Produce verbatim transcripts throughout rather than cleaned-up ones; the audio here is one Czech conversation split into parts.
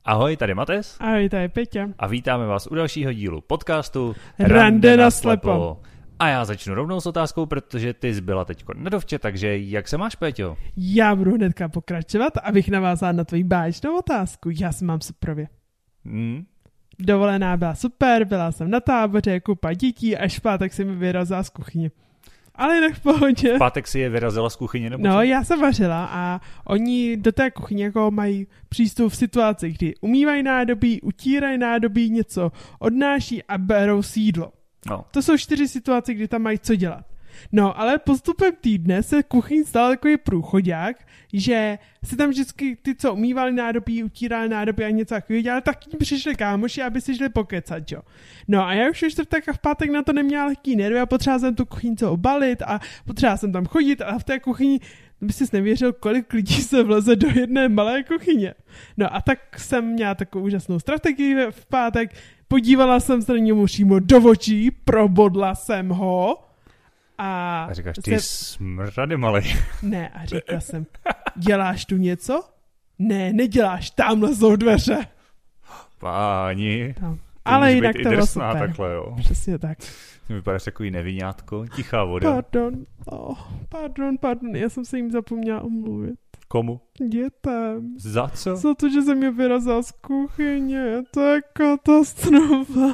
Ahoj, tady Mates. Ahoj, tady Peťa. A vítáme vás u dalšího dílu podcastu Rande na slepo. A já začnu rovnou s otázkou, protože ty jsi byla teďko na dovče, takže jak se máš, Péťo? Já budu hnedka pokračovat, abych navázal na tvoji báječnou otázku. Já se mám superově. Hmm? Dovolená byla super, byla jsem na táboře, kupa dětí, až v pátek si mi vyrazila z kuchyně. Ale jinak v pohodě. V pátek si je vyrazila z kuchyně? Nebo no, co? já jsem vařila a oni do té kuchyně jako mají přístup v situaci, kdy umývají nádobí, utírají nádobí, něco odnáší a berou si jídlo. No. To jsou čtyři situace, kdy tam mají co dělat. No, ale postupem týdne se kuchyň stal takový průchodák, že si tam vždycky ty, co umývali nádobí, utírali nádobí a něco takového dělali, tak tím přišli kámoši, aby si šli pokecat, jo. No a já už ve čtvrtek a v pátek na to neměla lehký nervy a potřebovala jsem tu kuchyň co obalit a potřebovala jsem tam chodit a v té kuchyni, by si nevěřil, kolik lidí se vleze do jedné malé kuchyně. No a tak jsem měla takovou úžasnou strategii v pátek, podívala jsem se na němu přímo do očí, probodla jsem ho, A, a říkáš, ty se... smrady malej. Ne, a říkala jsem, děláš tu něco? Ne, neděláš, tamhle jsou dveře. Páni, ale jinak to bylo super. Takhle, jo. Přesně tak. Vypadáš takový nevinátko, tichá voda. Pardon, oh, pardon, pardon, já jsem se jim zapomněla omluvit. Komu? Dětem. Za co? Za to, že jsem mě vyrazila z kuchyně, to je katastrofa.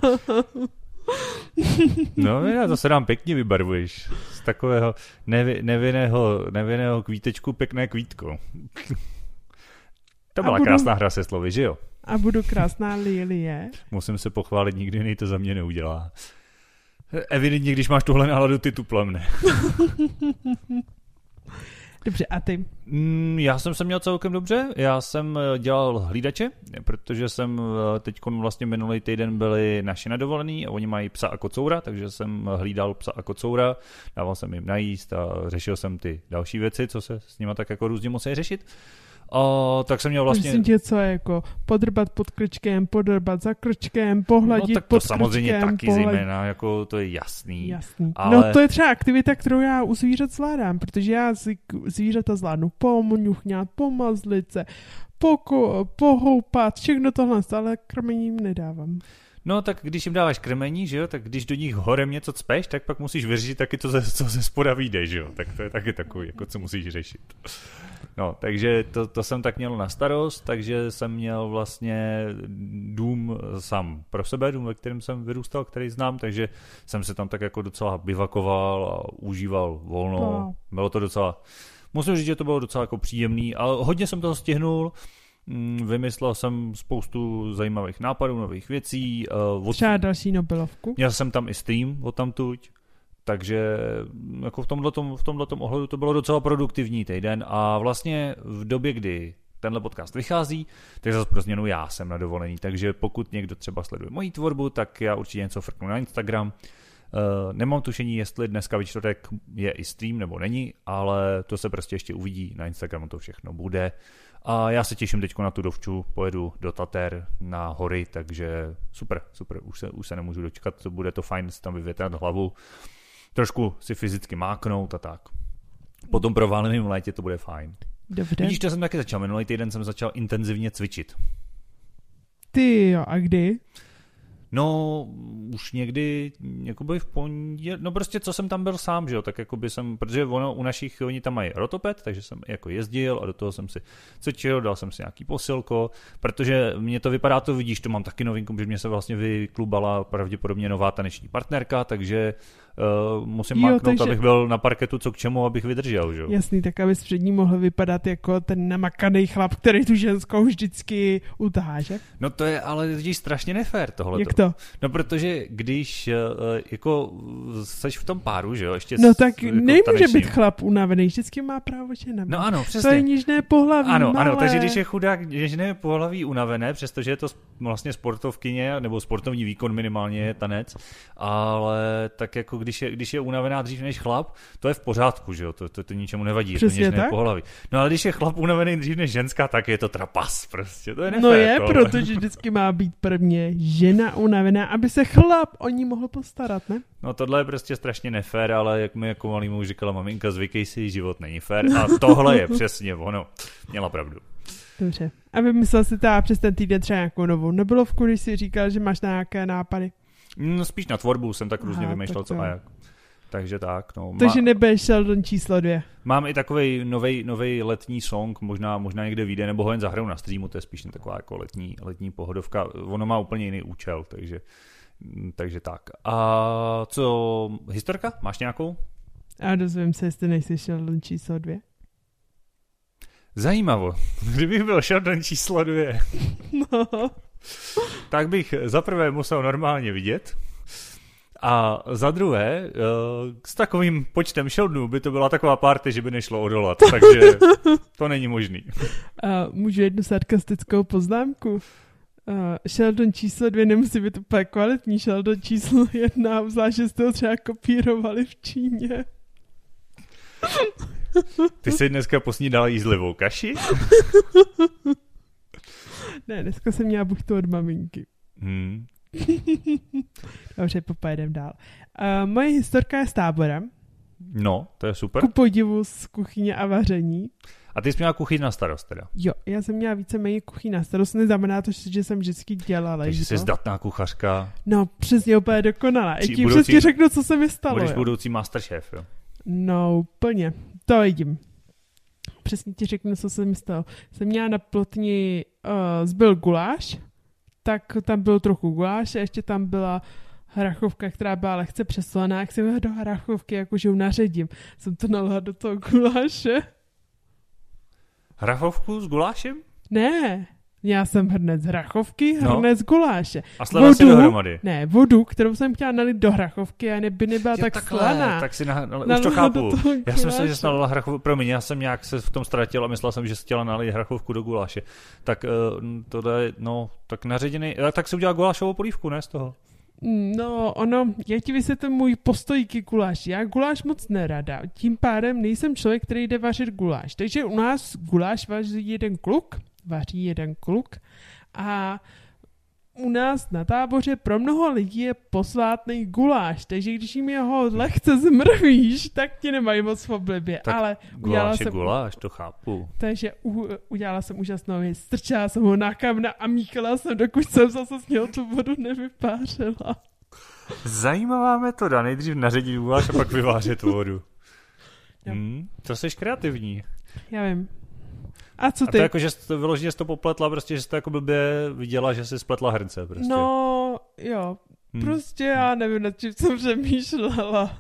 No, já to se nám pěkně vybarvuješ. Z takového nevi, nevinného, nevinného kvítečku pěkné kvítko. To byla budu, krásná hra se slovy, že jo? A budu krásná lilie. Musím se pochválit, nikdy jiný to za mě neudělá. Evidentně, když máš tuhle náladu, ty tu plemne. Dobře, a ty? Mm, já jsem se měl celkem dobře, já jsem dělal hlídače, protože jsem teď vlastně minulý týden byli naši na dovolený a oni mají psa a kocoura, takže jsem hlídal psa a kocoura, dával jsem jim najíst a řešil jsem ty další věci, co se s nima tak jako různě musí řešit. A tak jsem měl vlastně... Myslím tě, co jako podrbat pod krčkem, podrbat za krčkem, pohladit no, tak to pod samozřejmě krčkem, taky pohled... zejména, jako to je jasný. Jasný. Ale... No to je třeba aktivita, kterou já u zvířat zvládám, protože já si zvířata zvládnu pomňuchňat, pomazlit se, poko- pohoupat, všechno tohle, ale krmení jim nedávám. No tak když jim dáváš krmení, že jo, tak když do nich horem něco cpeš, tak pak musíš vyřešit taky to, co ze spoda vyjde, že jo, tak to je taky takový, jako co musíš řešit. No, takže to, to jsem tak měl na starost, takže jsem měl vlastně dům sám pro sebe, dům, ve kterém jsem vyrůstal, který znám, takže jsem se tam tak jako docela bivakoval a užíval volno. No. Bylo to docela, musím říct, že to bylo docela jako příjemný, ale hodně jsem toho stihnul. Vymyslel jsem spoustu zajímavých nápadů, nových věcí. Od... Třeba další Nobelovku. Měl jsem tam i stream odtamtuť, takže jako v tomhletom, v tomhletom ohledu to bylo docela produktivní týden a vlastně v době, kdy tenhle podcast vychází, tak zase pro změnu já jsem na dovolený, takže pokud někdo třeba sleduje moji tvorbu, tak já určitě něco frknu na Instagram. Uh, nemám tušení, jestli dneska ve čtvrtek je i stream nebo není, ale to se prostě ještě uvidí, na Instagramu to všechno bude. A já se těším teďko na tu dovču, pojedu do Tater na hory, takže super, super, už se, už se nemůžu dočkat, to bude to fajn si tam vyvětrat hlavu, trošku si fyzicky máknout a tak. Potom pro váleným létě to bude fajn. Dobře. Vidíš, to jsem taky začal, minulý týden jsem začal intenzivně cvičit. Ty jo, a kdy? No, už někdy, jakoby v pondělí, no prostě co jsem tam byl sám, že jo, tak jakoby jsem, protože ono, u našich, oni tam mají rotoped, takže jsem jako jezdil a do toho jsem si cvičil, dal jsem si nějaký posilko, protože mě to vypadá, to vidíš, to mám taky novinku, že mě se vlastně vyklubala pravděpodobně nová taneční partnerka, takže uh, musím jo, máknout, takže... abych byl na parketu co k čemu, abych vydržel, že jo. Jasný, tak abys před ní mohl vypadat jako ten namakaný chlap, který tu ženskou vždycky utahá, že? No to je ale vidíš strašně nefér tohleto. Jak to? No protože když jako seš v tom páru, že jo, ještě no tak jako nemůže tanečním. být chlap unavený, vždycky má právo žena. No ano, přesně. To je něžné pohlaví, Ano, malé. ano, takže když je chudák něžné pohlaví unavené, přestože je to vlastně sportovkyně, nebo sportovní výkon minimálně je tanec, ale tak jako když je, když je unavená dřív než chlap, to je v pořádku, že jo, to, to, to ničemu nevadí, Přesně je to něžné tak. pohlaví. No ale když je chlap unavený dřív než ženská, tak je to trapas prostě, to je nefér. No je, to. protože vždycky má být prvně žena unavená, aby se chlap o ní mohl postarat, ne? No tohle je prostě strašně nefér, ale jak mi jako malýmu už říkala maminka, zvykej si, život není fér a tohle je přesně ono. Měla pravdu. Dobře. A vymyslel si teda přes ten týden třeba nějakou novou nebylovku, když jsi říkal, že máš nějaké nápady. No, spíš na tvorbu jsem tak různě Aha, vymýšlel, tak co jo. a jak. Takže tak, no. Takže Má, nebudeš Sheldon číslo dvě. mám i takovej novej, novej letní song, možná, možná někde vyjde, nebo ho jen zahraju na streamu, to je spíš taková jako letní, letní pohodovka. Ono má úplně jiný účel, takže, takže tak. A co, historka? Máš nějakou? A dozvím se, jestli nejsi Sheldon číslo dvě. Zajímavo. Kdybych byl Sheldon číslo dvě, No. tak bych za prvé musel normálně vidět a za druhé s takovým počtem Sheldonů by to byla taková party, že by nešlo odolat, takže to není možný. A můžu jednu sarkastickou poznámku? Uh, Sheldon číslo dvě nemusí být úplně kvalitní. Sheldon číslo jedna, zvlášť, že jste ho třeba kopírovali v Číně. Ty jsi dneska posnídala jízlivou kaši? Ne, dneska jsem měla buchtu od maminky. Hmm. Dobře, popojedem dál. Uh, moje historka je z tábora. No, to je super. Ku podivu z kuchyně a vaření. A ty jsi měla kuchyň na starost teda. Jo, já jsem měla víceméně kuchyň na starost. Neznamená to, že jsem vždycky dělala. Takže jsi zdatná kuchařka. No, přesně úplně dokonalá. I Či ti budoucí- přesně řeknu, co se mi stalo. Budeš Jo. budoucí masterchef, jo. No, úplně. To vidím. Přesně ti řeknu, co se mi stalo. Jsem měla na plotni, uh, zbyl guláš, tak tam byl trochu guláš a ještě tam byla hrachovka, která byla lehce přeslaná. Jak jsem do hrachovky, jakože ju naředím. Jsem to nalila do toho guláše. Hrachovku s gulášem? Ne, já jsem hrnec hrachovky, No. hrnec guláše. A sleva si dohromady. Ne, vodu, kterou jsem chtěla nalit do hrachovky a neby nebyla Jo, tak takhle, slaná. tak si na, no, už Nalila to do chápu. toho Já jsem myslel, že guláše. jsi nalila hrachovku, promiň, já jsem nějak se v tom ztratil a myslel jsem, že jsi chtěla nalít hrachovku do guláše. Tak uh, tohle, no, tak naředěný, tak si udělal gulášovou polívku, ne z toho? No, ono, já ti vysvětlím můj postoj k guláši. Já guláš moc nerada, tím pádem nejsem člověk, který jde vařit guláš. Takže u nás guláš vaří jeden kluk, vaří jeden kluk a u nás na táboře pro mnoho lidí je posvátný guláš, takže když jim jeho lehce zmrvíš, tak ti nemají moc v oblibě. Tak ale udělala Guláš je jsem, guláš, to chápu. takže u, udělala jsem úžasnou věc. Strčala jsem ho na kamna a míchala jsem, dokud jsem zase z něho tu vodu nevypářila. Zajímavá metoda, nejdřív naředit guláš a pak vyvářet vodu. Jo. Hmm, to jsi kreativní. Já vím. A co A ty? to jako, že jsi to vyloženě jsi to popletla, prostě, že jsi to jako blbě viděla, že jsi spletla hrnce prostě. No, jo. Hmm. Prostě já nevím, nad čím jsem přemýšlela.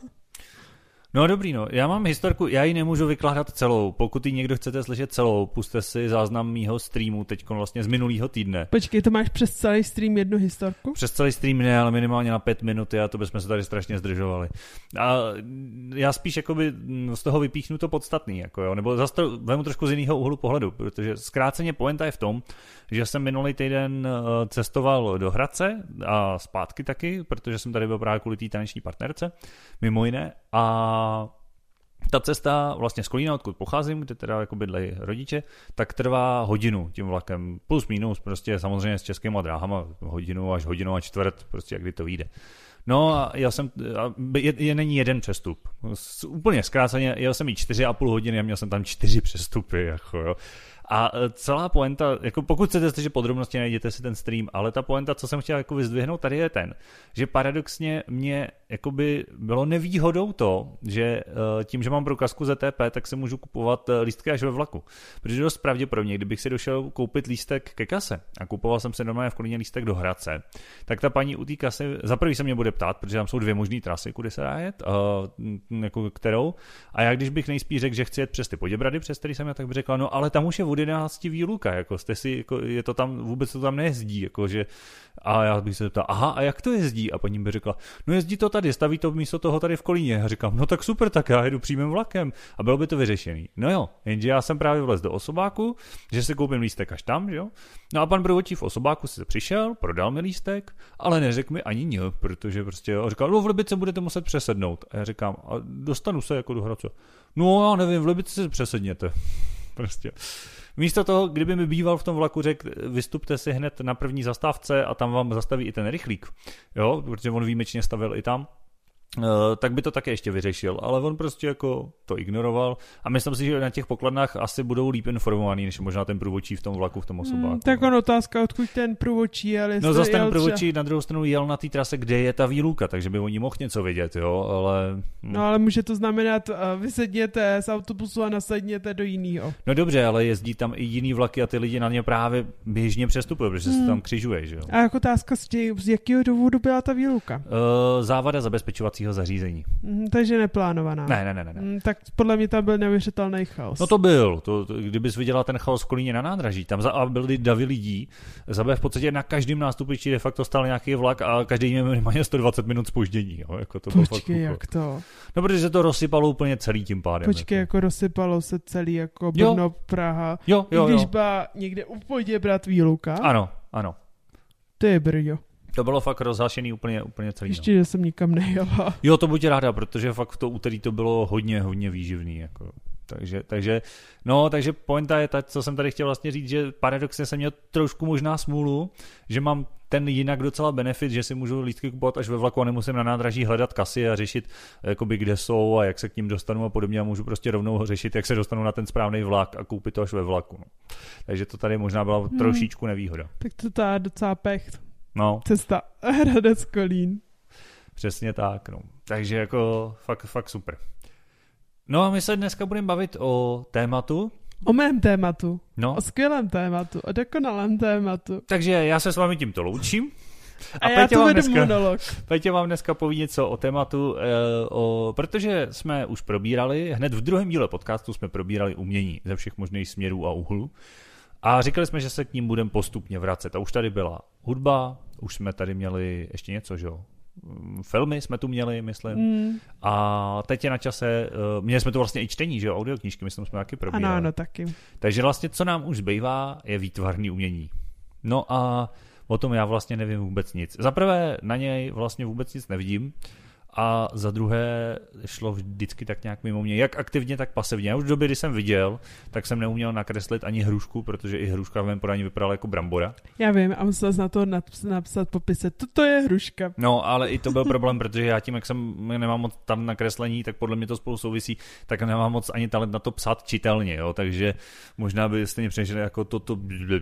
No dobrý, no. Já mám historku, já ji nemůžu vykládat celou. Pokud ji někdo chcete slyšet celou, puste si záznam mýho streamu teď vlastně z minulého týdne. Počkej, to máš přes celý stream jednu historku? Přes celý stream ne, ale minimálně na pět minut a to bychom se tady strašně zdržovali. A já spíš jakoby z toho vypíchnu to podstatný, jako jo, nebo zase to vemu trošku z jiného úhlu pohledu, protože zkráceně pointa je v tom, že jsem minulý týden cestoval do Hradce a zpátky taky, protože jsem tady byl právě kvůli té taneční partnerce, mimo jiné, a ta cesta vlastně z Kolína, odkud pocházím, kde teda jako bydlejí rodiče, tak trvá hodinu tím vlakem, plus minus, prostě samozřejmě s českýma dráhama, hodinu až hodinu a čtvrt, prostě jak kdy to vyjde. No a jel jsem, je, je, není jeden přestup. Úplně zkráceně, jel jsem i čtyři a půl hodiny a měl jsem tam čtyři přestupy, jako jo. A celá poenta, jako pokud chcete slyšet podrobnosti, najděte si ten stream, ale ta poenta, co jsem chtěl jako vyzdvihnout tady je ten, že paradoxně mě jakoby bylo nevýhodou to, že tím, že mám průkazku Z T P, tak se můžu kupovat lístky až ve vlaku. Protože dost pravděpodobně, kdybych si došel koupit lístek ke kase a kupoval jsem se normálně v Kolíně lístek do Hradce, tak ta paní u té kasy, za prvý se mě bude ptát, protože tam jsou dvě možné trasy, kudy se dá jet, uh, jako kterou, a já když bych nejspíš řekl, že chci jet přes ty Poděbrady, přes který jsem já, tak bych řekla, no ale tam už je od jedenácti výluka, jako jste si, jako je to tam, vůbec to tam nejezdí, jako že, a já bych se zeptal, aha, a jak to jezdí? A paní by řekla, no jezdí to tady, staví to místo toho tady v Kolíně. A říkám, no tak super, tak já jedu přímým vlakem a bylo by to vyřešený. No jo, jenže já jsem právě vlez do osobáku, že si koupím lístek až tam, že jo? No a pan průvodčí v osobáku si přišel, prodal mi lístek, ale neřekl mi ani ně, protože prostě jo, říkal, no v Libice budete muset přesednout. A já říkám, a dostanu se jako do Hradce. No já nevím, v Libici se přesedněte. Prostě. Místo toho, kdyby mi býval v tom vlaku řekl, vystupte si hned na první zastávce a tam vám zastaví i ten rychlík, jo, protože on výjimečně stavil i tam, Uh, tak by to také ještě vyřešil, ale on prostě jako to ignoroval a myslím si, že na těch pokladnách asi budou líp informovaný, než možná ten průvodčí v tom vlaku, v tom osobáku. Hmm, tak on otázka, odkud ten průvodčí jel. No zase ten průvodčí na druhou stranu jel na té trase, kde je ta výluka, takže by oni mohl něco vědět, jo, ale... Hm. No ale může to znamenat, uh, vysedněte z autobusu a nasedněte do jiného. No dobře, ale jezdí tam i jiný vlaky a ty lidi na ně právě běžně přestupují, protože hmm. se tam křižuje, že jo. A jako otázka, z jakého důvodu byla ta výluka? Uh, závada zabezpečovacího zařízení. Mm, takže neplánovaná. Ne, ne, ne, ne. Mm, tak podle mě tam byl neuvěřitelný chaos. No to byl. To, to, kdybys viděla ten chaos v Kolíně na nádraží, tam za, a byly davy lidí, za B v podstatě na každém nástupišti de facto stál nějaký vlak a každý měl minimálně sto dvacet minut zpoždění. Jo, jako to Počkej, jak to? No protože se to rozsypalo úplně celý tím pádem. Počkej, jako, jako rozsypalo se celý jako Brno, jo. Praha. Jo, jo, I když jo. byla někde u podě brat výluka. Ano, ano. To je Brno. To bylo fakt rozhašený úplně, úplně celý. Ještě, no. že jsem nikam nejela. Jo, to buď ráda, protože fakt v to úterý to bylo hodně, hodně výživný. Jako. Takže, takže, no, takže pointa je ta, co jsem tady chtěl vlastně říct, že paradoxně jsem měl trošku možná smůlu, že mám ten jinak docela benefit, že si můžu lístky kupovat až ve vlaku a nemusím na nádraží hledat kasy a řešit, jakoby, kde jsou a jak se k ním dostanu a podobně a můžu prostě rovnou řešit, jak se dostanu na ten správný vlak a koupit to až ve vlaku. No. Takže to tady možná byla hmm. trošičku nevýhoda. Tak to tá docela pech. No. Cesta Hradec Kolín. Přesně tak, no. Takže jako fakt, fakt super. No a my se dneska budeme bavit o tématu. O mém tématu. No. O skvělém tématu. O dokonalém tématu. Takže já se s vámi tímto loučím. A, a já tu vedu monolog. Petě vám dneska poví něco o tématu, e, o, protože jsme už probírali, hned v druhém díle podcastu jsme probírali umění ze všech možných směrů a úhlů. A říkali jsme, že se k ním budeme postupně vracet. A už tady byla hudba, už jsme tady měli ještě něco, že jo? Filmy jsme tu měli, myslím. Mm. A teď je na čase, měli jsme tu vlastně i čtení, že jo? Audioknížky, myslím, jsme taky probírali. Ano, ano, taky. Takže vlastně, co nám už zbývá, je výtvarný umění. No a o tom já vlastně nevím vůbec nic. Za prvé na něj vlastně vůbec nic nevidím. A za druhé šlo vždycky tak nějak mimo mě, jak aktivně, tak pasivně. Já už v době, kdy jsem viděl, tak jsem neuměl nakreslit ani hrušku, protože i hruška v mém podání vypadala jako brambora. Já vím, a musel jsem na to napsat, napsat popise, toto je hruška. No, ale i to byl problém, protože já tím, jak jsem nemám moc tam nakreslení, tak podle mě to spolu souvisí, tak nemám moc ani talent na to psát čitelně, jo, takže možná byste mě přemýšleli jako toto.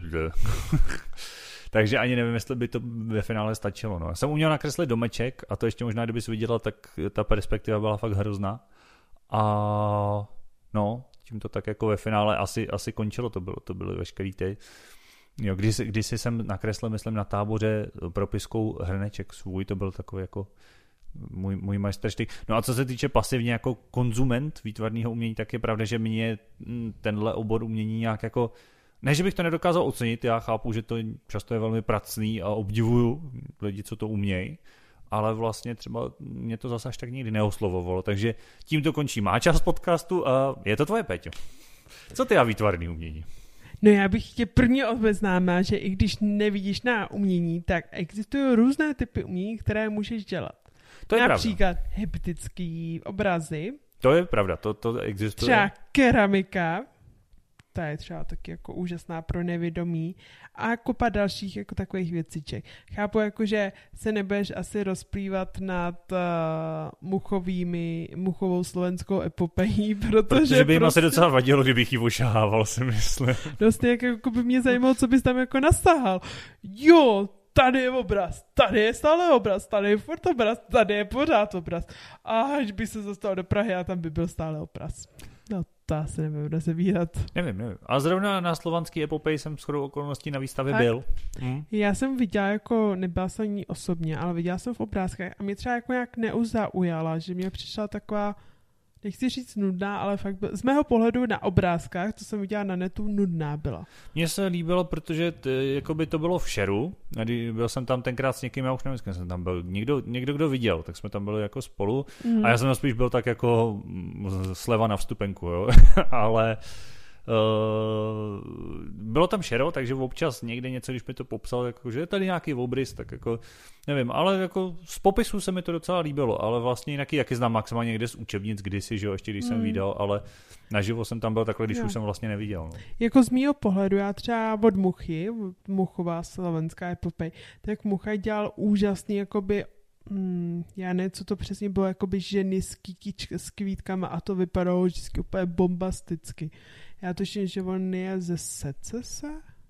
Takže ani nevím, jestli by to ve finále stačilo. No. Já jsem uměl nakreslit domeček a to ještě možná, kdyby jsi viděla, tak ta perspektiva byla fakt hrozná. A no, tím to tak jako ve finále asi, asi končilo, to bylo, to byly veškerý ty. Jo, když, když jsem nakreslil, myslím, na táboře propiskou hrneček svůj, to byl takový jako můj, můj majsterštyk. No a co se týče pasivně jako konzument výtvarného umění, tak je pravda, že mě tenhle obor umění nějak jako ne, že bych to nedokázal ocenit, já chápu, že to často je velmi pracný a obdivuju lidi, co to umějí, ale vlastně třeba mě to zase až tak nikdy neoslovovalo, takže tímto končí má část podcastu a je to tvoje, Peťo. Co ty a výtvarný umění? No já bych tě prvně obeznámila, že i když nevidíš na umění, tak existují různé typy umění, které můžeš dělat. To je Například pravda. heptický obrazy. To je pravda, to, to existuje. Třeba keramika. Ta je třeba taky jako úžasná pro nevědomí a kopa dalších jako takových věciček. Chápu jako, že se nebudeš asi rozplývat nad uh, muchovými, muchovou slovenskou epopejí, protože, protože by jim prostě, asi docela vadilo, kdybych ji ošahával, si myslím. Dost jak, jako by mě zajímalo, co bys tam jako nastahal. Jo, tady je obraz, tady je stále obraz, tady je furt obraz, tady je pořád obraz. A až by se dostal do Prahy a tam by byl stále obraz. No to asi nevím rozebírat. Nevím, nevím. A zrovna na slovanský epopej jsem shodou okolností na výstavě tak. byl. Hm? Já jsem viděla jako, nebyla jsem ní osobně, ale viděla jsem v obrázkách a mě třeba jako nějak neuzaujala, že mě přišla taková nechci říct nudná, ale fakt byl, z mého pohledu na obrázkách, co jsem viděla na netu, nudná byla. Mně se líbilo, protože t, jakoby to bylo v Šeru, byl jsem tam tenkrát s někým, já už nevím, jsem tam byl, někdo, někdo, kdo viděl, tak jsme tam byli jako spolu mm. a já jsem tam spíš byl tak jako sleva na vstupenku, jo, ale Uh, bylo tam šero, takže občas někde něco, když mi to popsal, jako, že je tady nějaký obrys, tak jako nevím, ale jako z popisu se mi to docela líbilo, ale vlastně jinak jaký znám maximálně někde z učebnic kdysi, že jo, ještě když mm. jsem viděl, ale naživo jsem tam byl takhle, když jo. už jsem vlastně neviděl. No. Jako z mýho pohledu, já třeba od Muchy, Muchová slovenská epopej, tak Mucha dělal úžasný jakoby Hmm, já nevím, co to přesně bylo, jakoby ženy s, kytič, s kvítkama a to vypadalo vždycky úplně bombasticky. Já tuším, že on je ze Secese?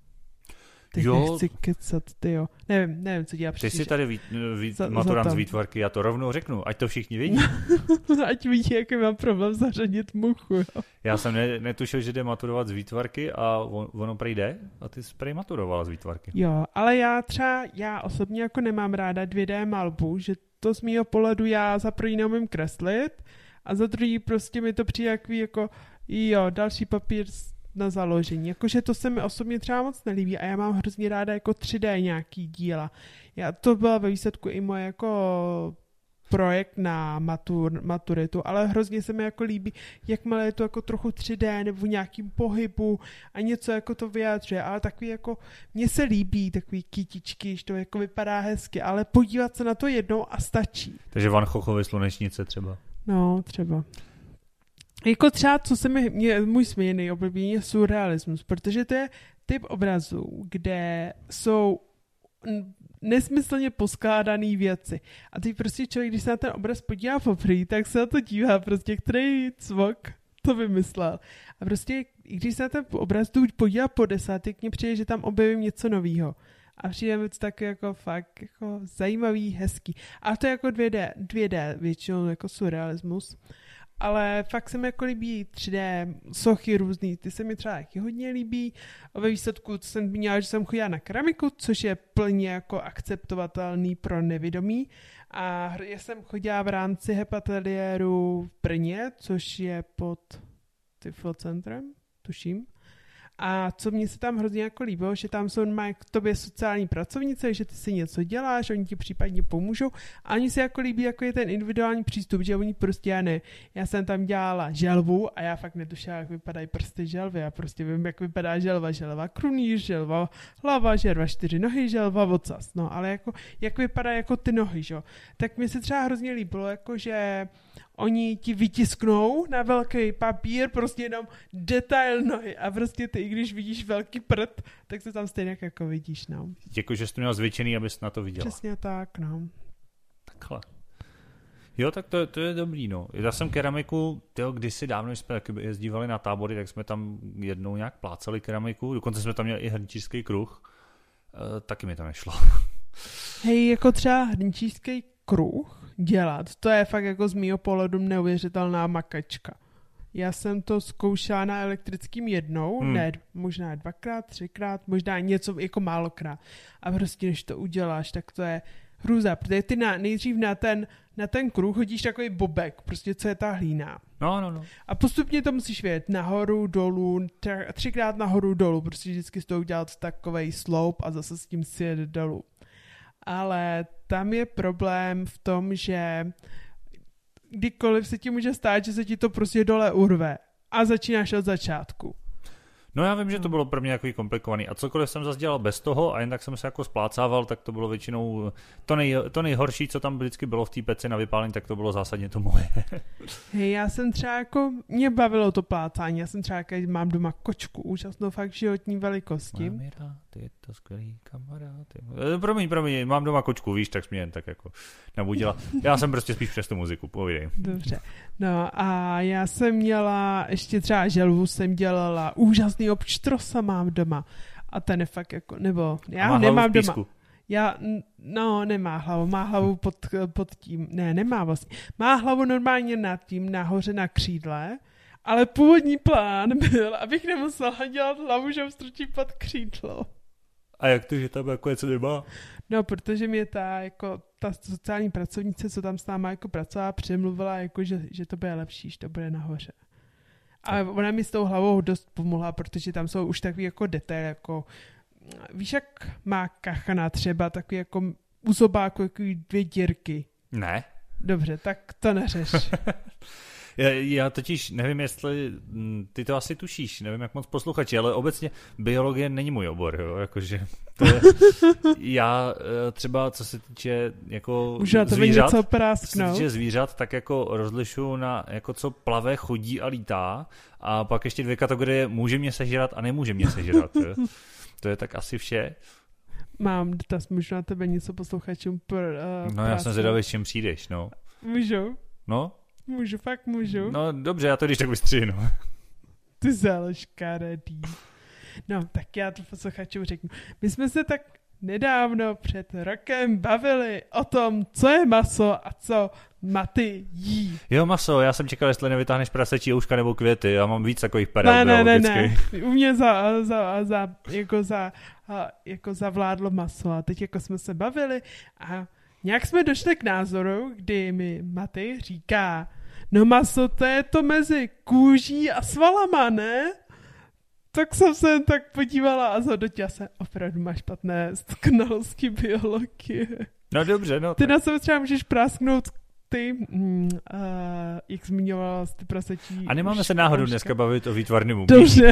Teď jo. nechci kecat, tyjo. Nevím, nevím, co dělá přesně. Ty jsi tady ví, ví, za, maturant z výtvarky, já to rovnou řeknu, ať to všichni vědí. Ať vidí, jaký mám problém zařadit Muchu, jo. Já jsem ne, netušil, že jde maturovat z výtvarky a on, ono prej jde a ty jsi prej maturovala z výtvarky. Jo, ale já třeba, já osobně jako nemám ráda dvě dé malbu, že to z mýho pohledu já za první neumím kreslit a za druhý prostě mi to přijde jaký jako, jo, další papír na založení. Jakože to se mi osobně třeba moc nelíbí a já mám hrozně ráda jako tři dé nějaký díla. Já, to byla ve výsledku i moje jako projekt na matur, maturitu, ale hrozně se mi jako líbí, jakmile je to jako trochu tři dé nebo v nějakým pohybu a něco jako to vyjádřuje, ale takový jako, mně se líbí takový kytičky, že to jako vypadá hezky, ale podívat se na to jednou a stačí. Takže Van Goghovy Slunečnice třeba. No, třeba. Jako třeba, co se mi, mě, můj směný oblíbený je surrealismus, protože to je typ obrazů, kde jsou nesmyslně poskládané věci. A teď prostě člověk, když se na ten obraz podívá poprvé, tak se na to dívá prostě, který cvok to vymyslel. A prostě, když se na ten obraz jdu podívá po desátý, mně přijde, že tam objevím něco novýho. A přijde mi to tak jako fakt jako zajímavý, hezký. A to je jako dvě dé, dvě dé většinou jako surrealismus. Ale fakt se mi jako líbí tři dé sochy různý, ty se mi třeba taky hodně líbí. Ve výsledku jsem měla, že jsem chodila na keramiku, což je plně jako akceptovatelný pro nevědomí. A já jsem chodila v rámci hepateliéru v Brně, což je pod Tyflocentrem, tuším. A co mě se tam hrozně jako líbilo, že tam jsou mají k tobě sociální pracovnice, že ty si něco děláš, oni ti případně pomůžou. A oni se jako líbí, jako je ten individuální přístup, že oni prostě, já ne, já jsem tam dělala želvu a já fakt netušila, jak vypadají prsty želvy. Já prostě vím, jak vypadá želva, želva krunýř, želva hlava, želva čtyři nohy, želva ocas. No, ale jako, jak vypadá jako ty nohy, že? Tak mi se třeba hrozně líbilo, jako že oni ti vytisknou na velký papír prostě jenom detail nohy a prostě ty, i když vidíš velký prd, tak se tam stejně jako vidíš, no. Jako, že jsi to měl zvětšený, abys na to viděla. Přesně tak, no. Takhle. Jo, tak to, to je dobrý, no. Já jsem keramiku, tyjo, kdysi dávno, když jsme taky jezdívali na tábory, tak jsme tam jednou nějak plácali keramiku, dokonce jsme tam měli i hrnčířský kruh, e, taky mi to nešlo. Hej, jako třeba hrnčířský kruh dělat, to je fakt jako z mýho pohledu neuvěřitelná makačka. Já jsem to zkoušela na elektrickým jednou, hmm. ne, možná dvakrát, třikrát, možná něco jako málokrát. A prostě než to uděláš, tak to je hrůza, protože ty na, nejdřív na ten, na ten kruh hodíš takový bobek, prostě co je ta hlína. No, no, no. A postupně to musíš vědět nahoru, dolů, tři, třikrát nahoru, dolů, prostě vždycky z toho udělat takovej sloup a zase s tím si jet dolů. Ale tam je problém v tom, že kdykoliv se ti může stát, že se ti to prostě dole urve a začínáš od začátku. No já vím, že to bylo pro mě jako komplikovaný a cokoliv jsem zase dělal bez toho a jen tak jsem se jako splácával, tak to bylo většinou to, nej, to nejhorší, co tam vždycky bylo v té peci na vypálení, tak to bylo zásadně to moje. Hej, já jsem třeba jako, mě bavilo to plácání, já jsem třeba jako, mám doma kočku, úžasnou fakt životní velikosti. Mám rád, je to skvělý kamarád. Je... Promiň, promiň, mám doma kočku, víš, tak jsi mě jen tak jako nabudila. Já jsem prostě spíš přes tu muziku, povídej. Dobře, no a já jsem měla, ještě třeba želvu jsem dělala, úžasný obštrosa mám doma a ten je fakt jako, nebo já ho nemám doma. Já, no, nemá hlavu, má hlavu pod, pod tím, ne, nemá vlastně. Má hlavu normálně nad tím, nahoře na křídle, ale původní plán byl, abych nemusela dělat hlavu, že ho strčí pod křídlo. A jak to, že tam jako něco nemá? No, protože mě ta, jako, ta sociální pracovnice, co tam s náma jako pracovala, přemluvila, jako, že, že to bude lepší, že to bude nahoře. A ona mi s tou hlavou dost pomohla, protože tam jsou už takový jako detail, jako víš, jak má kachana třeba takový jako u zobáku takový dvě dírky. Ne. Dobře, tak to neřeš. Já, já totiž nevím, jestli ty to asi tušíš, nevím, jak moc posluchači, ale obecně biologie není můj obor, jo, jakože to je, já třeba, co se týče jako Můžu na to zvířat, něco co se týče zvířat, tak jako rozlišuju na jako co plave, chodí a lítá a pak ještě dvě kategorie může mě sežrat a nemůže mě sežrat, jo. To je tak asi vše. Mám dotaz, můžu na tebe něco posluchačům pr, uh, No já jsem zvědavý, s čím přijdeš, no. Můžu? No? Můžu, fakt můžu. No dobře, já to když tak vystřihnu. Ty záložka radý. No, tak já to posluchačům řeknu. My jsme se tak nedávno před rokem bavili o tom, co je maso a co maty jí. Jo, maso, já jsem čekal, jestli nevytáhneš prasečí ouška nebo květy, já mám víc takových perel. Ne, ne, ne, ne, u mě za, za, za, jako, za, jako zavládlo maso a teď jako jsme se bavili a nějak jsme došli k názoru, kdy mi Maty říká, no maso, to je to mezi kůží a svalama, ne? Tak jsem se tak podívala a zhodnotila se, opravdu máš špatné znalosti biologie. No dobře, no. Ty na sebe třeba můžeš prásknout ty, mm, uh, jak zmiňovala ty prasečí. A nemáme se náhodou dneska bavit o výtvarném umění. Dobře.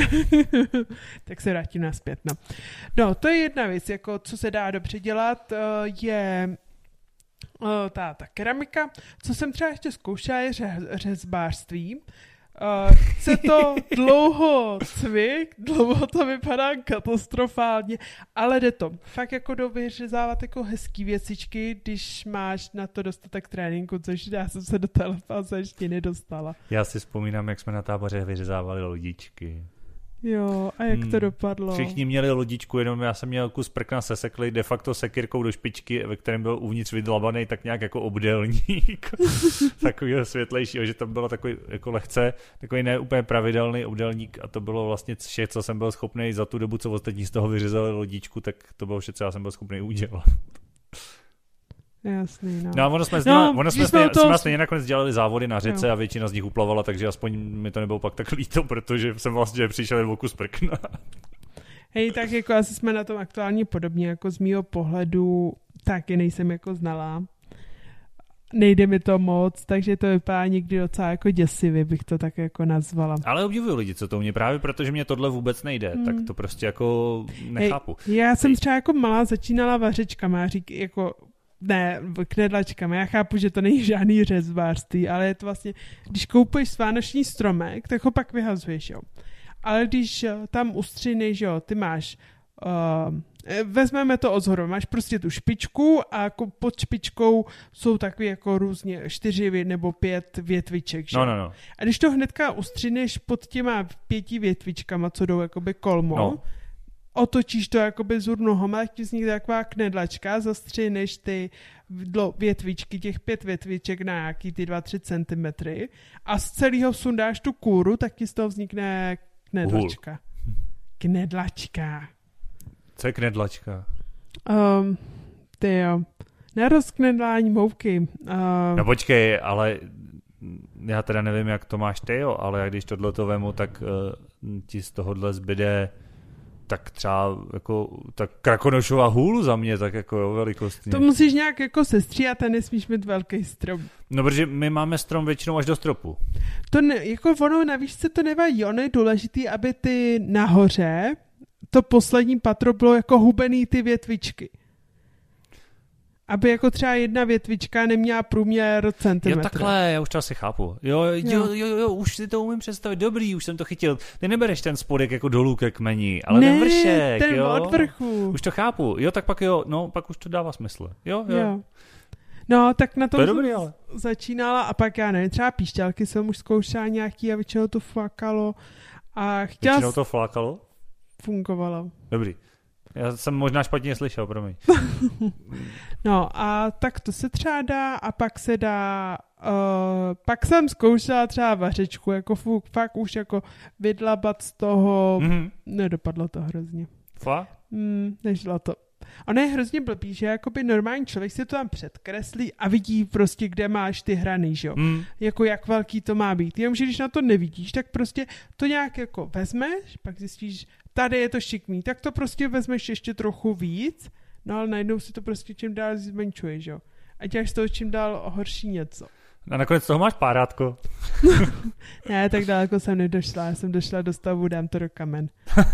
Tak se vrátím naspět, no. No, to je jedna věc, jako co se dá dobře dělat, uh, je uh, ta, ta keramika. Co jsem třeba ještě zkoušela, je ře, řezbářství. Uh, chce to dlouho cvik, dlouho to vypadá katastrofálně, ale jde to. Fakt jako do vyřezávat jako hezký věcičky, když máš na to dostatek tréninku, což já jsem se do té fáze ještě nedostala. Já si vzpomínám, jak jsme na táboře vyřezávali lodičky. Jo, a jak hmm. to dopadlo? Všichni měli lodičku, jenom já jsem měl kus prkna sesekli de facto sekyrkou do špičky, ve kterém byl uvnitř vydlabaný tak nějak jako obdélník. Takovýho světlejšího, že tam bylo takový jako lehce, takový ne úplně pravidelný obdélník a to bylo vlastně vše, co jsem byl schopný za tu dobu, co ostatní z toho vyřezali lodičku, tak to bylo vše, co já jsem byl schopný udělat. Jasný, no. No a ono jsme, no, dělali, ono jsme, jsme, to... jsme stejně nakonec dělali závody na řece no. A většina z nich uplavala, takže aspoň mi to nebylo pak tak líto, protože jsem vlastně přišel jen o kus prkna. Hej, tak jako asi jsme na tom aktuálně podobně, jako z mýho pohledu taky nejsem jako znalá. Nejde mi to moc, takže to vypadá někdy docela jako děsivě, bych to tak jako nazvala. Ale obdivuju lidi, co to mě právě, protože mě tohle vůbec nejde, hmm. tak to prostě jako nechápu. Hej, já jsem třeba jako malá začínala vařečkama, řík, jako ne, knedlačkami. Já chápu, že to není žádný řezbářství, ale je to vlastně, když koupíš vánoční stromek, tak ho pak vyhazuješ, jo. Ale když tam ustřineš, jo, ty máš, uh, vezmeme to odzhoru, máš prostě tu špičku a jako pod špičkou jsou takový jako různě čtyři nebo pět větviček, že? No, no, no. A když to hnedka ustřineš pod těma pěti větvičkama, co jdou jakoby kolmo, no. Otočíš to jakoby zůr nohama, tak ti vznikne taková knedlačka, zastříneš ty větvičky, těch pět větviček na nějaký ty dva tři centimetry a z celého sundáš tu kůru, tak ti z toho vznikne knedlačka. Uhul. Knedlačka. Co je knedlačka? Um, ty jo. Nerozknedlání mouky. Um, no počkej, ale já teda nevím, jak to máš ty, jo, ale když tohle to vemu, tak uh, ti z tohohle zbyde tak třeba jako tak krakonošová hůl za mě, tak jako jo, velikostně. To musíš nějak jako sestříhat a nesmíš mít velký strom. No, protože my máme strom většinou až do stropu. To ne, jako ono na výšce to nevadí, ono je důležitý, aby ty nahoře, to poslední patro bylo jako hubený ty větvičky. Aby jako třeba jedna větvička neměla průměr centimetr. Jo, takhle, já už to asi chápu. Jo, jo, jo, jo, jo, už si to umím představit. Dobrý, už jsem to chytil. Ty nebereš ten spodek jako dolů ke kmeni, ale ne, ten vršek, ten jo. od vrchu. Už to chápu. Jo, tak pak jo, no, pak už to dává smysl. Jo, jo. jo. No, tak na tom to je dobrý, ale. Začínala a pak já nevím, třeba píšťalky jsem už zkoušela nějaký a většinou to flákalo. A chtěla... Většinou to flákalo? Fungovalo. Dobrý. Já jsem možná špatně slyšel, promiň. No a tak to se třeba dá a pak se dá, uh, pak jsem zkoušela třeba vařečku, jako fuk, fakt už jako vydlabat z toho, mm-hmm. Nedopadlo to hrozně. Fakt? Mm, nešlo to. ono je hrozně blbý, že jakoby normální člověk si to tam předkreslí a vidí prostě, kde máš ty hrany, že jo. Hmm. Jako jak velký to má být. Jenomže když na to nevidíš, tak prostě to nějak jako vezmeš, pak zjistíš, tady je to šikmý, tak to prostě vezmeš ještě trochu víc, no ale najednou si to prostě čím dál zmenšuje, že jo. A děláš z toho čím dál horší něco. A nakonec toho máš párátko. Ne, tak daleko jsem nedošla. Já jsem došla do stavu, dám to do kamen.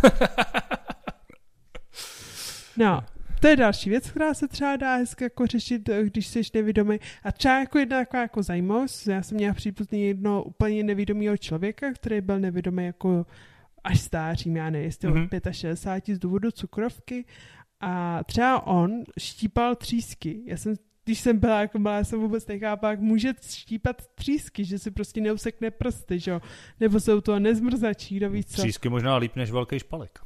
No, to je další věc, která se třeba dá hezky jako řešit, když jsi nevědomý. A třeba jako jedna taková jako zajímavost, já jsem měla přípustný jedno úplně nevědomého člověka, který byl nevědomý jako až stářím, já nevím, jestli mm-hmm. od šedesát pět z důvodu cukrovky. A třeba on štípal třísky. Já jsem Když jsem byla jako malá, jsem vůbec nechápala, jak může štípat třísky, že si prostě neusekne prsty, že jo? Nebo jsou to nezmrzačí, kdo ví co. Třísky možná líp než velký špalek.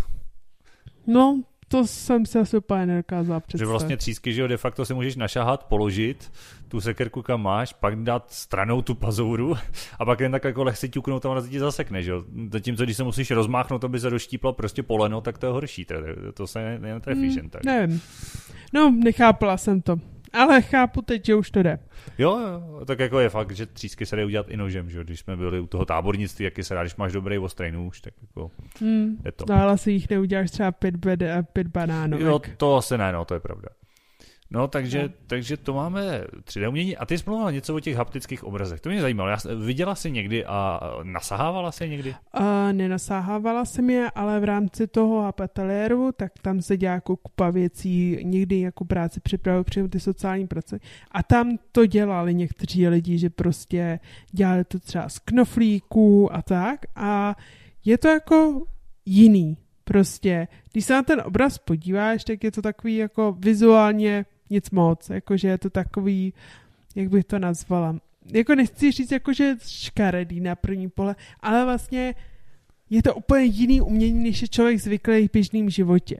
No, to jsem si asi úplně nedokázala představit. Že vlastně třísky, že jo, de facto si můžeš našahat, položit tu sekerku, kam máš, pak dát stranou tu pazouru a pak jen tak jako lehce ťuknout a ona se ti zasekne, že jo. Zatímco, když se musíš rozmáchnout, aby se doštíplo prostě poleno, tak to je horší. To se netrefíš jen tak. Nevím. No, nechápala jsem to. Ale chápu teď, že už to jde. Jo, jo, tak jako je fakt, že třísky se dají udělat i nožem, že když jsme byli u toho tábornictví, jaký se dá, když máš dobrý ostrý nůž, tak jako hmm. je to. No ale si jich neuděláš třeba pět, bed, pět banánů. Jo, to asi ne, no, to je pravda. No, takže, no. takže to máme tři dé umění. A ty jsi mluvila něco o těch haptických obrazech. To mě zajímalo. Já, viděla jsi někdy a nasahávala jsi někdy? Uh, nenasahávala jsem je, ale v rámci toho hapateliéru, tak tam se dělá jako kupa věcí, někdy jako práci připravují přímo ty sociální práce. A tam to dělali někteří lidi, že prostě dělali to třeba z knoflíků a tak. A je to jako jiný. Prostě, když se na ten obraz podíváš, tak je to takový jako vizuálně nic moc, jakože je to takový, jak bych to nazvala. Jako nechci říct, jakože škaredý na první pole, ale vlastně je to úplně jiný umění, než je člověk zvyklý v běžném životě.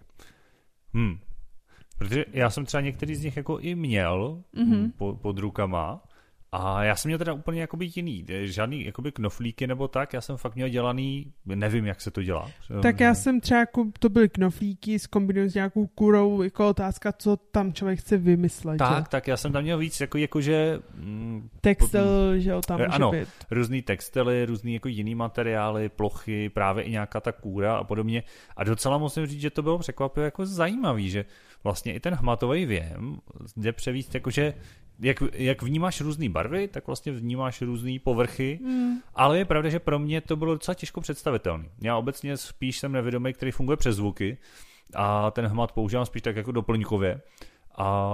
Hmm. Protože já jsem třeba některý z nich jako i měl mm-hmm. po, pod rukama. A já jsem měl teda úplně jakoby jiný, žádný jakoby knoflíky nebo tak, já jsem fakt měl dělaný, nevím, jak se to dělá. Tak já jsem třeba, jako, to byly knoflíky s kombinují s nějakou kurou, jako otázka, co tam člověk chce vymyslet. Tak, že? tak já jsem tam měl víc, jako, jakože... Mm, Textil, pot, že jo, tam může ano, být. Různý textily, různý jako jiný materiály, plochy, právě i nějaká ta kůra a podobně. A docela musím říct, že to bylo překvapivě jako zajímavý, že vlastně i ten hmatový věm jde převíst, jakože Jak, jak vnímáš různé barvy, tak vlastně vnímáš různé povrchy, mm. ale je pravda, že pro mě to bylo docela těžko představitelné. Já obecně spíš jsem nevědomý, který funguje přes zvuky a ten hmat používám spíš tak jako doplňkově a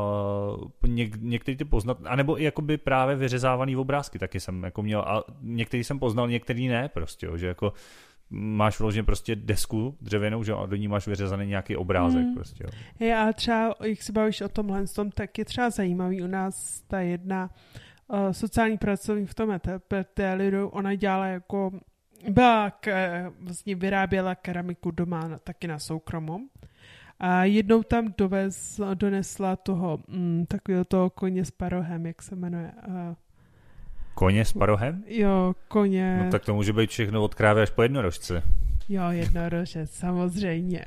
něk, některý ty poznat, anebo i jakoby právě vyřezávaný obrázky taky jsem jako měl a některý jsem poznal, některý ne prostě, jo, že jako máš vloženě prostě desku dřevěnou, že a do ní máš vyřezaný nějaký obrázek. Mm. Prostě, jo. Je, ale třeba, jak se bavíš o tomhle, tak je třeba zajímavý u nás ta jedna uh, sociální pracovník v tom ateliéru, ona dělala jako, byla, k, vlastně vyráběla keramiku doma na, taky na soukromom. A jednou tam dovez, donesla toho, mm, takového toho koně s parohem, jak se jmenuje, uh, Koně s parohem? Jo, koně. No tak to může být všechno od krávy až po jednorožce. Jo, jednorožec, samozřejmě.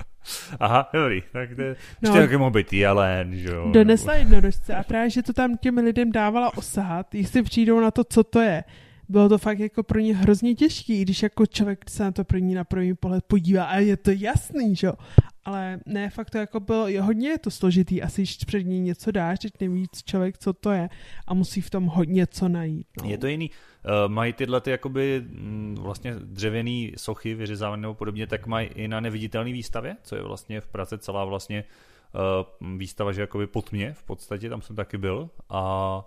Aha, dobrý. Tak to, no, ještě taky mohl být jelen, že jo. Donesla jednorožce a právě, že to tam těm lidem dávala osahat, jestli přijdou na to, co to je. Bylo to fakt jako pro ně hrozně těžký, když jako člověk se na to první na první pohled podívá a je to jasný, že jo. Ale ne, fakt to jako bylo, hodně je to složitý, asi když před ní něco dáš, teď nevíc člověk, co to je a musí v tom hodně co najít. No. Je to jiný. Uh, mají tyhle ty jakoby m, vlastně dřevěný sochy vyřezávané nebo podobně, tak mají i na neviditelné výstavě, co je vlastně v Praze celá vlastně uh, výstava, že jakoby po tmě v podstatě, tam jsem taky byl a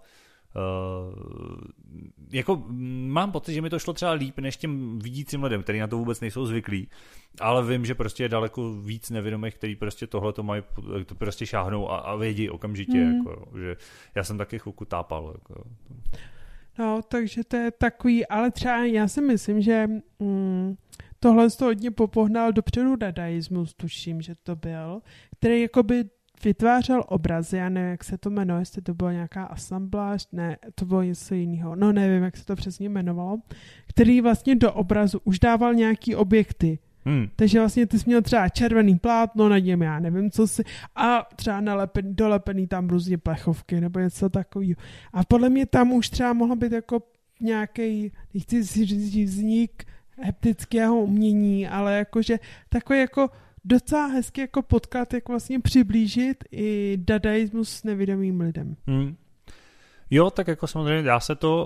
Uh, jako mám pocit, že mi to šlo třeba líp než těm vidícím lidem, kteří na to vůbec nejsou zvyklí, ale vím, že prostě je daleko víc nevědomých, kteří prostě tohle to mají, to prostě šáhnou a, a vědí okamžitě, mm. jako, že já jsem taky chvilku tápal. Jako. No, takže to je takový, ale třeba já si myslím, že mm, tohle to hodně popohnal dopředu dadaismus, tuším, že to byl, který jakoby vytvářel obrazy, já nevím, jak se to jmenuje, jestli to byla nějaká asambláž, ne, to bylo něco jiného, no nevím, jak se to přesně jmenovalo, který vlastně do obrazu už dával nějaký objekty, Hmm. Takže vlastně ty jsi měl třeba červený plátno, na něm já nevím, co si, a třeba nalepený, dolepený tam různě plechovky nebo něco takového. A podle mě tam už třeba mohlo být jako nějaký, nechci si říct vznik heptického umění, ale jakože takový jako docela hezky jako podklad, jak vlastně přiblížit i dadaismus nevědomým lidem. Hmm. Jo, tak jako samozřejmě dá se to,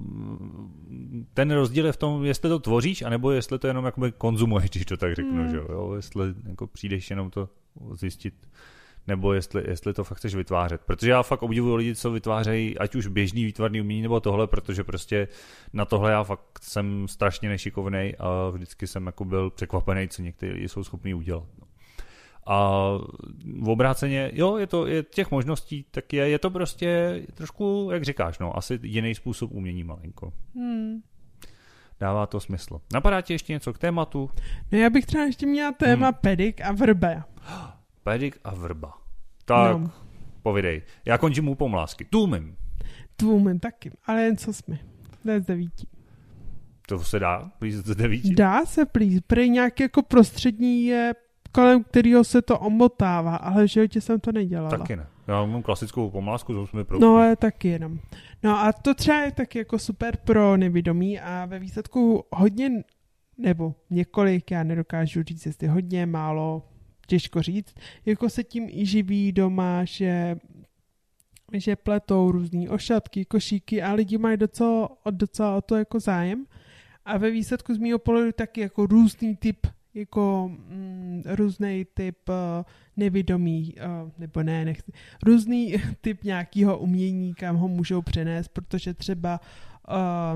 ten rozdíl je v tom, jestli to tvoříš, anebo jestli to jenom jakoby konzumuješ, když to tak řeknu, mm. že jo, jestli jako přijdeš jenom to zjistit, nebo jestli, jestli to fakt chceš vytvářet. Protože já fakt obdivuju lidi, co vytvářejí, ať už běžný výtvarný umění, nebo tohle, protože prostě na tohle já fakt jsem strašně nešikovnej a vždycky jsem jako byl překvapený, co někteří lidi jsou schopní udělat. A v obráceně, jo, je to je těch možností, tak je, je to prostě trošku, jak říkáš, no, asi jiný způsob umění malinko. Hmm. Dává to smysl. Napadá ti ještě něco k tématu? No já bych třeba ještě měla téma hmm. pedik a vrba. Pedik a vrba. Tak, no. Povidej. Já končím u pomlásky. Tůmím. Tůmím taky, ale jen co jsme. Ne z devíti. To se dá plíst z devíti? Dá se plíst. Prý nějaký jako prostřední je, kolem kterého se to omotává, ale v životě jsem to nedělala. Taky ne. Já mám klasickou pomlásku z osmi proutů. No, je taky jenom. No a to třeba je taky jako super pro nevědomí a ve výsledku hodně, nebo několik, já nedokážu říct, jestli hodně, málo, těžko říct, jako se tím i živí doma, že, že pletou různý ošatky, košíky a lidi mají docela, docela o to jako zájem. A ve výsledku z mýho pohledu taky jako různý typ jako mm, různý typ uh, nevědomí, uh, nebo ne, nechci, různý typ nějakého umění, kam ho můžou přenést, protože třeba uh,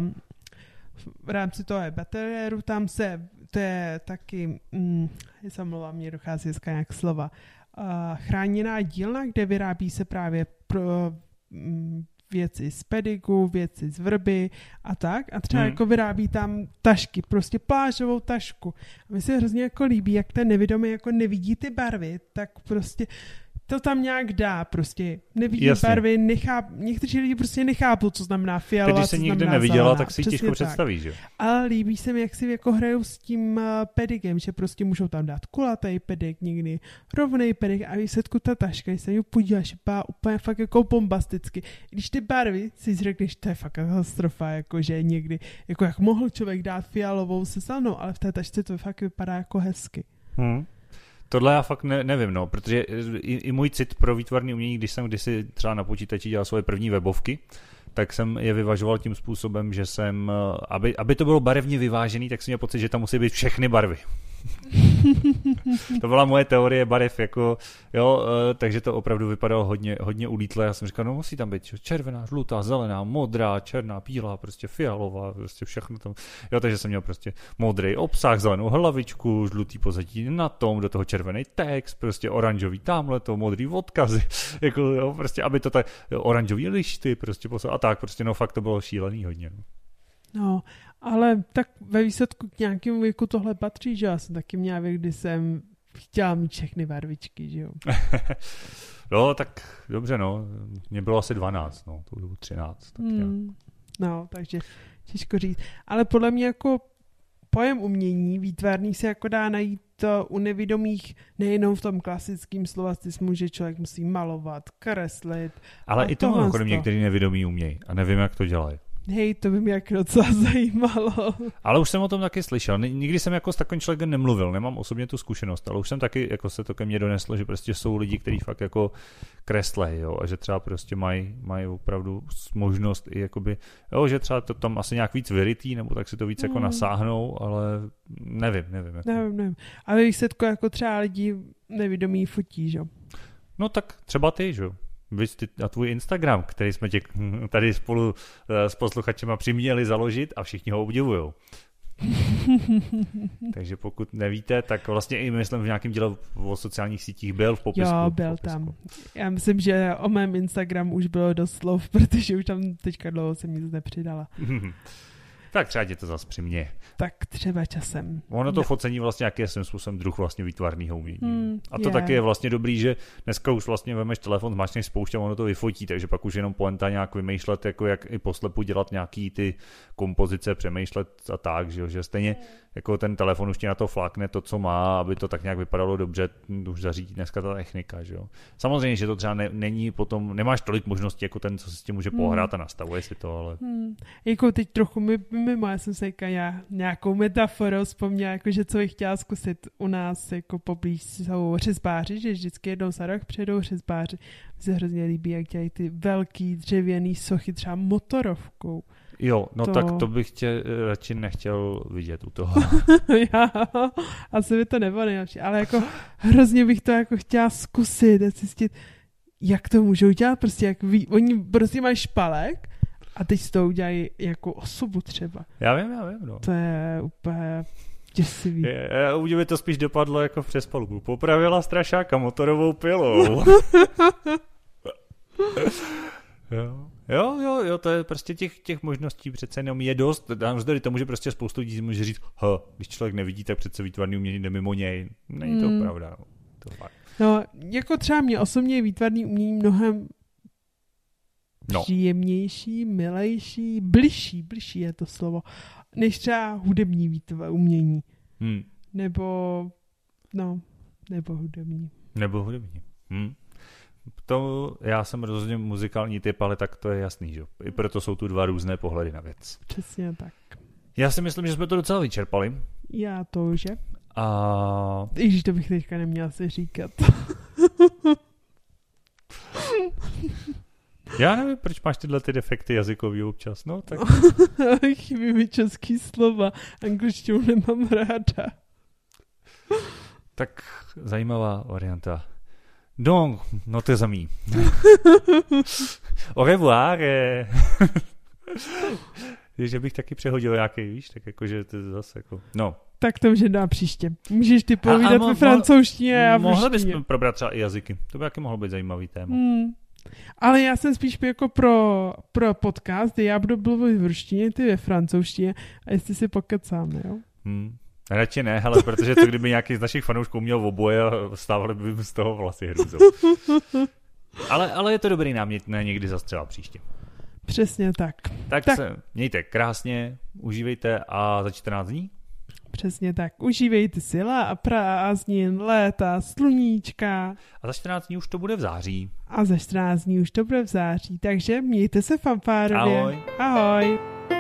v rámci toho batériéru tam se, to je taky, mm, já se mluvám, mě dochází dneska nějak slova, uh, chráněná dílna, kde vyrábí se právě pro, mm, věci z pedigu, věci z vrby a tak. A třeba hmm. jako vyrábí tam tašky, prostě plážovou tašku. A mi se hrozně jako líbí, jak ten nevědomý jako nevidí ty barvy, tak prostě to tam nějak dá, prostě nevidí Jasně. barvy, necháp, někteří lidi prostě nechápou, co znamená fialová, když se co nikdy znamená neviděla, zelená. tak si Přesně těžko tak. představíš, že? Ale líbí se mi, jak si jako hrajou s tím uh, pedigem, že prostě můžou tam dát kulatý pedik, někdy rovnej pedik a výsledku ta taška, když se ji podíváš, vypadá úplně fakt jako bombasticky. Když ty barvy si řekneš, to je fakt katastrofa, jakože někdy, jako jak mohl člověk dát fialovou se zelenou, ale v té tašce to fakt vypadá jako hezky. Hmm. Tohle já fakt ne, nevím, no, protože i, i můj cit pro výtvarný umění, když jsem kdysi třeba na počítači dělal svoje první webovky, tak jsem je vyvažoval tím způsobem, že jsem, aby, aby to bylo barevně vyvážený, tak jsem měl pocit, že tam musí být všechny barvy. To byla moje teorie barev, jako, jo, takže to opravdu vypadalo hodně, hodně ulítle. Já jsem říkal, no musí tam být červená, žlutá, zelená, modrá, černá, bílá, prostě fialová, prostě všechno tam. Jo, takže jsem měl prostě modrý obsah, zelenou hlavičku, žlutý pozadí na tom, do toho červený text, prostě oranžový tamhleto, modrý odkazy, jako, jo, prostě, aby to tak, jo, oranžový lišty, prostě a tak, prostě, no fakt to bylo šílený hodně. No. No, ale tak ve výsledku k nějakému věku tohle patří, že já jsem taky měla věk, kdy jsem chtěla mít všechny barvičky, že jo. No, tak dobře, no. Mě bylo asi dvanáct, no, to bylo třináct. Tak hmm. No, takže těžko říct. Ale podle mě jako pojem umění výtvarný se jako dá najít u nevědomých nejenom v tom klasickém slovacismu, že člověk musí malovat, kreslit. Ale i to mimochodem některý nevědomí umějí a nevím, jak to dělají. Hej, to by mě jak docela zajímalo. Ale už jsem o tom taky slyšel. Nikdy jsem jako s takovým člověkem nemluvil, nemám osobně tu zkušenost, ale už jsem taky, jako se to ke mně doneslo, že prostě jsou lidi, kteří fakt jako kreslej, jo, a že třeba prostě mají, mají opravdu možnost i jakoby, jo, že třeba to tam asi nějak víc vyrytý, nebo tak si to víc hmm. jako nasáhnou, ale nevím, nevím. Jako. Nevím, nevím. Ale výsledku jako třeba lidi nevědomí fotí, že jo? No tak třeba ty, že jo. Víš ty a tvůj Instagram, který jsme tě tady spolu s posluchačema přiměli založit a všichni ho obdivujou. Takže pokud nevíte, tak vlastně i myslím v nějakém díle o sociálních sítích byl v popisku. Jo, byl v popisku. tam. Já myslím, že o mém Instagramu už bylo dost slov, protože už tam teďka dlouho jsem nic nepřidala. Tak třeba tě to zas přimě. Tak třeba časem. Ono to no. focení vlastně jaký je svým způsobem druh vlastně výtvarného umění. Hmm, a to je. taky je vlastně dobrý, že dneska už vlastně vemeš telefon, zmáčkneš spoušť a ono to vyfotí, takže pak už jenom poenta nějak vymýšlet, jako jak i poslepu dělat nějaký ty kompozice, přemýšlet a tak, že, jo? Že stejně jako ten telefon už ti na to flákne to, co má, aby to tak nějak vypadalo dobře, už zařídí dneska ta technika, že jo. Samozřejmě, že to třeba ne, není potom, nemáš tolik možností jako ten, co si s tím může pohrát a nastavuje si to, ale... Hmm. Jako teď trochu mimo, já jsem se já nějakou metaforou vzpomněla, jako že co bych chtěla zkusit u nás jako poblíž jsou řezbáři, že vždycky jednou za rok přijedou řezbáři. Mně se hrozně líbí, jak dělají ty velký dřevěný sochy třeba motorovkou. Jo, no to... tak to bych tě radši nechtěl vidět u toho. Já, asi by to nebylo nejlepší, ale jako hrozně bych to jako chtěla zkusit a zjistit, jak to můžou dělat, prostě jak ví, oni prostě mají špalek a teď z toho udělají jako osobu třeba. Já vím, já vím, no. To je úplně děsivý. Je, u mě by to spíš dopadlo jako v přespalbu. Popravila strašáka motorovou pilou. Jo. Jo, jo, jo, to je prostě těch, těch možností přece jenom je dost. Navzdory tomu, že prostě spoustu lidí může říct, ha, když člověk nevidí, tak přece výtvarný umění jde mimo něj. Není to hmm. pravda. No. To fakt. No, jako třeba mě osobně je výtvarný umění mnohem no. příjemnější, milejší, bližší, bližší je to slovo, než třeba hudební výtvarný umění. Hmm. Nebo, no, nebo hudební. Nebo hudební. Hmm. To, já jsem rozhodně muzikální typ, ale tak to je jasný, že? I proto jsou tu dva různé pohledy na věc. Přesně tak. Já si myslím, že jsme to docela vyčerpali. Já to, že? A... I když to bych teďka neměla si říkat. Já nevím, proč máš tyhle ty defekty jazykový občas, no tak... Chybí mi český slova, angličtinu nemám ráda. Tak zajímavá varianta. Donc, no to je zamí. Au revoir. Že bych taky přehodil nějaký, víš, tak jakože to je zase jako, no. Tak to může dát příště. Můžeš ty povídat ve francouzštině a v mohli bychom probrat třeba i jazyky. To by taky mohlo být zajímavý téma. Hmm. Ale já jsem spíš jako pro, pro podcast, kdy já budu mluvit v ruštině, ty ve francouzštině a jestli si pokecáme, jo? Hmm. Radši ne, hele, protože to kdyby nějaký z našich fanoušků měl oboje a stávali by z toho vlasy hrůzou. ale, ale je to dobrý námět na někdy zase třeba příště. Přesně tak. Tak, tak se mějte krásně, užívejte a za čtrnáct dní? Přesně tak. Užívejte si a prázdnin, léta, sluníčka. A za čtrnáct dní už to bude v září. A za čtrnáct dní už to bude v září. Takže mějte se fanfárově. Ahoj. Ahoj.